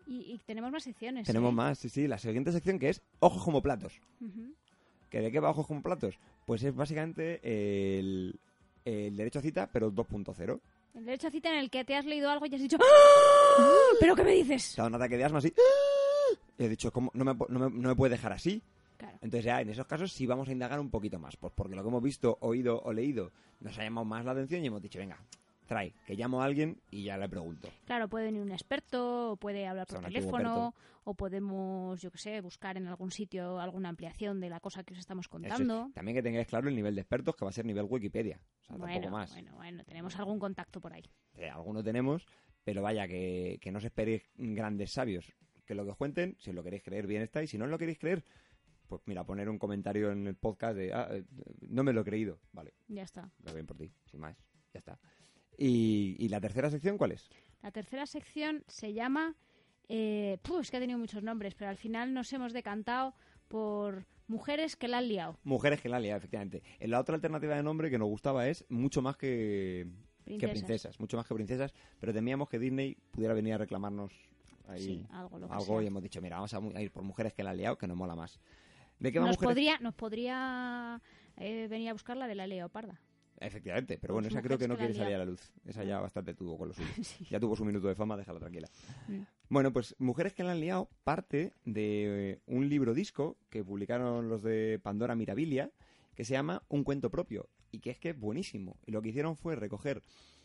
Y tenemos más secciones. Tenemos más, sí. La siguiente sección que es Ojos como platos. Uh-huh. ¿Que de qué va Ojos como platos? Pues es básicamente el derecho a cita, pero 2.0. El derecho a cita en el que te has leído algo y has dicho ¡Ah! ¿Pero qué me dices? Te ha dado un ataque de asma así. Y he dicho, ¿cómo? No me puede dejar así. Claro. Entonces ya en esos casos sí vamos a indagar un poquito más. Pues porque lo que hemos visto, oído o leído nos ha llamado más la atención y hemos dicho, venga, trae, que llamo a alguien y ya le pregunto. Claro, puede venir un experto, o puede hablar por teléfono, o podemos, yo qué sé, buscar en algún sitio alguna ampliación de la cosa que os estamos contando. También que tengáis claro el nivel de expertos, que va a ser nivel Wikipedia. O sea, tampoco más. Bueno, tenemos algún contacto por ahí. Alguno tenemos, pero vaya, que no os esperéis grandes sabios. Que lo que os cuenten, si os lo queréis creer, bien está, y si no os lo queréis creer, pues mira, poner un comentario en el podcast de no me lo he creído. Vale. Ya está. Lo bien por ti, sin más. Ya está. ¿Y la tercera sección cuál es? La tercera sección se llama... es que ha tenido muchos nombres, pero al final nos hemos decantado por mujeres que la han liado. Mujeres que la han liado, efectivamente. La otra alternativa de nombre que nos gustaba es mucho más que princesas. Mucho más que princesas, pero temíamos que Disney pudiera venir a reclamarnos ahí sí, algo y hemos dicho, mira, vamos a ir por mujeres que la han liado, que nos mola más. ¿De qué va nos mujeres? podría venir a buscar la de la leoparda. Efectivamente, pero bueno, esa creo que no quiere salir a la luz. Esa ya bastante tuvo con lo suyo. Sí. Ya tuvo su minuto de fama, déjala tranquila. Bueno, pues Mujeres que la han liado parte de un libro disco que publicaron los de Pandora Mirabilia, que se llama Un cuento propio, y que es buenísimo. Y lo que hicieron fue recoger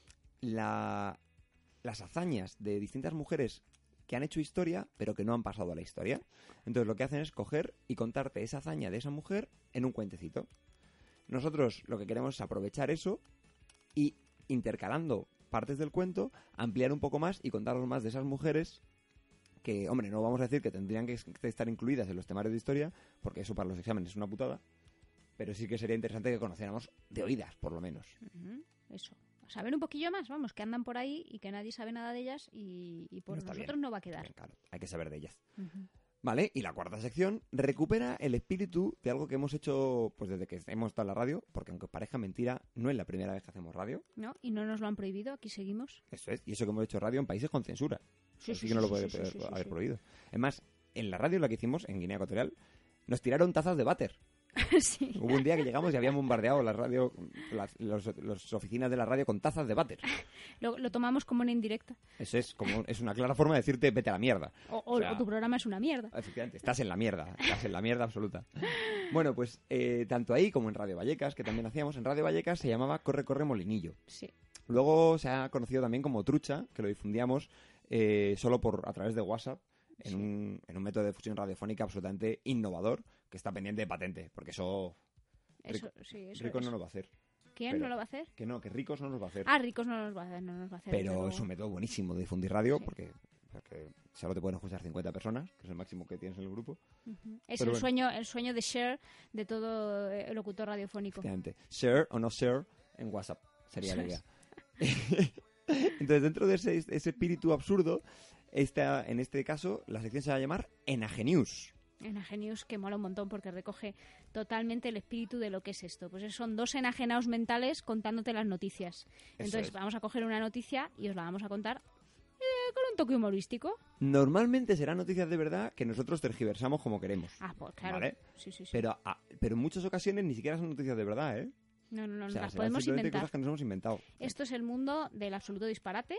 las hazañas de distintas mujeres que han hecho historia, pero que no han pasado a la historia. Entonces lo que hacen es coger y contarte esa hazaña de esa mujer en un cuentecito. Nosotros lo que queremos es aprovechar eso y, intercalando partes del cuento, ampliar un poco más y contaros más de esas mujeres que, hombre, no vamos a decir que tendrían que estar incluidas en los temarios de historia, porque eso para los exámenes es una putada, pero sí que sería interesante que conociéramos de oídas, por lo menos. Eso. Saber un poquillo más, vamos, que andan por ahí y que nadie sabe nada de ellas y por nosotros no va a quedar. Bien, claro, hay que saber de ellas. Vale, y la cuarta sección recupera el espíritu de algo que hemos hecho pues desde que hemos estado en la radio, porque aunque parezca mentira, no es la primera vez que hacemos radio. No, y no nos lo han prohibido, aquí seguimos. Eso es, y eso que hemos hecho radio en países con censura. Así que no lo puede haber prohibido. Es más, en la radio la que hicimos, en Guinea Ecuatorial, nos tiraron tazas de váter. Sí. Hubo un día que llegamos y habían bombardeado la radio, las oficinas de la radio con tazas de váter. Lo tomamos como una indirecta. Eso es una clara forma de decirte vete a la mierda. O tu programa es una mierda. Efectivamente, estás en la mierda absoluta. Bueno, pues tanto ahí como en Radio Vallecas, que también hacíamos, en Radio Vallecas se llamaba Corre, Corre Molinillo. Sí. Luego se ha conocido también como Trucha, que lo difundíamos solo a través de WhatsApp. En un método de difusión radiofónica absolutamente innovador, que está pendiente de patente, porque eso Ricos no nos va a hacer. ¿Quién no lo va a hacer? Que Ricos no nos va a hacer. Ah, Ricos no nos va a hacer. Pero es un método buenísimo de difundir radio, porque solo te pueden escuchar 50 personas, que es el máximo que tienes en el grupo. Es el sueño de share de todo el locutor radiofónico. Efectivamente. Share o no share en WhatsApp sería la idea. Entonces, dentro de ese espíritu absurdo, en este caso, la sección se va a llamar Enagenius. Enagenius, que mola un montón porque recoge totalmente el espíritu de lo que es esto. Pues son dos enajenados mentales contándote las noticias. Entonces vamos a coger una noticia y os la vamos a contar con un toque humorístico. Normalmente serán noticias de verdad que nosotros tergiversamos como queremos. Ah, pues claro. ¿Vale? Sí. Pero en muchas ocasiones ni siquiera son noticias de verdad, ¿eh? No, o sea, las podemos inventar. Cosas que nos hemos inventado. Esto es el mundo del absoluto disparate.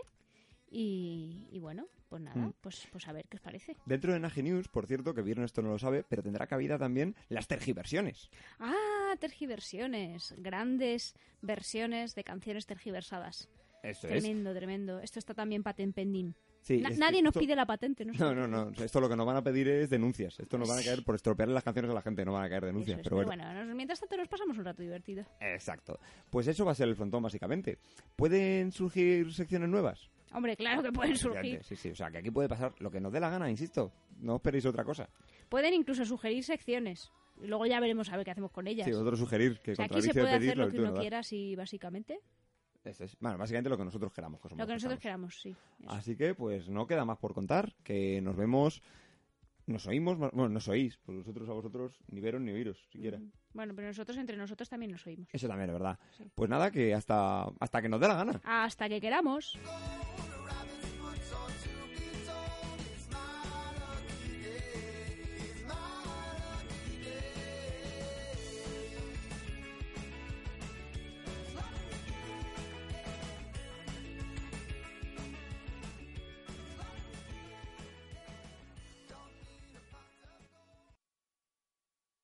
Y bueno, pues nada, pues a ver qué os parece. Dentro de Enagenius, por cierto, que Vieron esto no lo sabe, pero tendrá cabida también las tergiversiones. Ah, tergiversiones. Grandes versiones de canciones tergiversadas. Eso Tremendo. Esto está también patent pending. Sí, nadie nos pide la patente, ¿no? No. Esto lo que nos van a pedir es denuncias. Esto nos van a caer por estropearle las canciones a la gente, no van a caer denuncias. Pero bueno, mientras tanto nos pasamos un rato divertido. Exacto. Pues eso va a ser el frontón, básicamente. ¿Pueden surgir secciones nuevas? Hombre, claro que pueden surgir. Sí. O sea, que aquí puede pasar lo que nos dé la gana, insisto. No esperéis otra cosa. Pueden incluso sugerir secciones. Y luego ya veremos a ver qué hacemos con ellas. Sí, vosotros sugerir que aquí se puede hacer lo que uno quiera, sí, básicamente. Bueno, básicamente lo que nosotros queramos. Lo que nosotros queramos, sí. Eso. Así que, pues, no queda más por contar. Que nos vemos, nos oímos, bueno, nos oís. Pues nosotros a vosotros ni veros ni oíros, siquiera. Bueno, pero entre nosotros también nos oímos. Eso también es verdad. Sí. Pues nada, que hasta que nos dé la gana. Hasta que queramos.